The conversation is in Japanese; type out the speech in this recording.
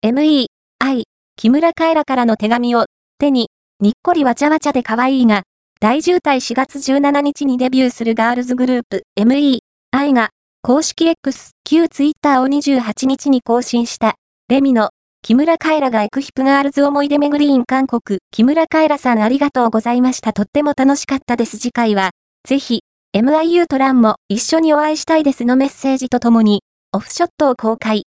MEI、木村カエラからの手紙を手に、にっこりわちゃわちゃで可愛いが、大渋滞4月17日にデビューするガールズグループ MEI が、公式 X、旧ツイッターを28日に更新した、レミの、木村カエラがエクヒプガールズ思い出巡り in 韓国、木村カエラさんありがとうございました。とっても楽しかったです。次回は、ぜひ、MIU とランも一緒にお会いしたいですのメッセージとともに、オフショットを公開。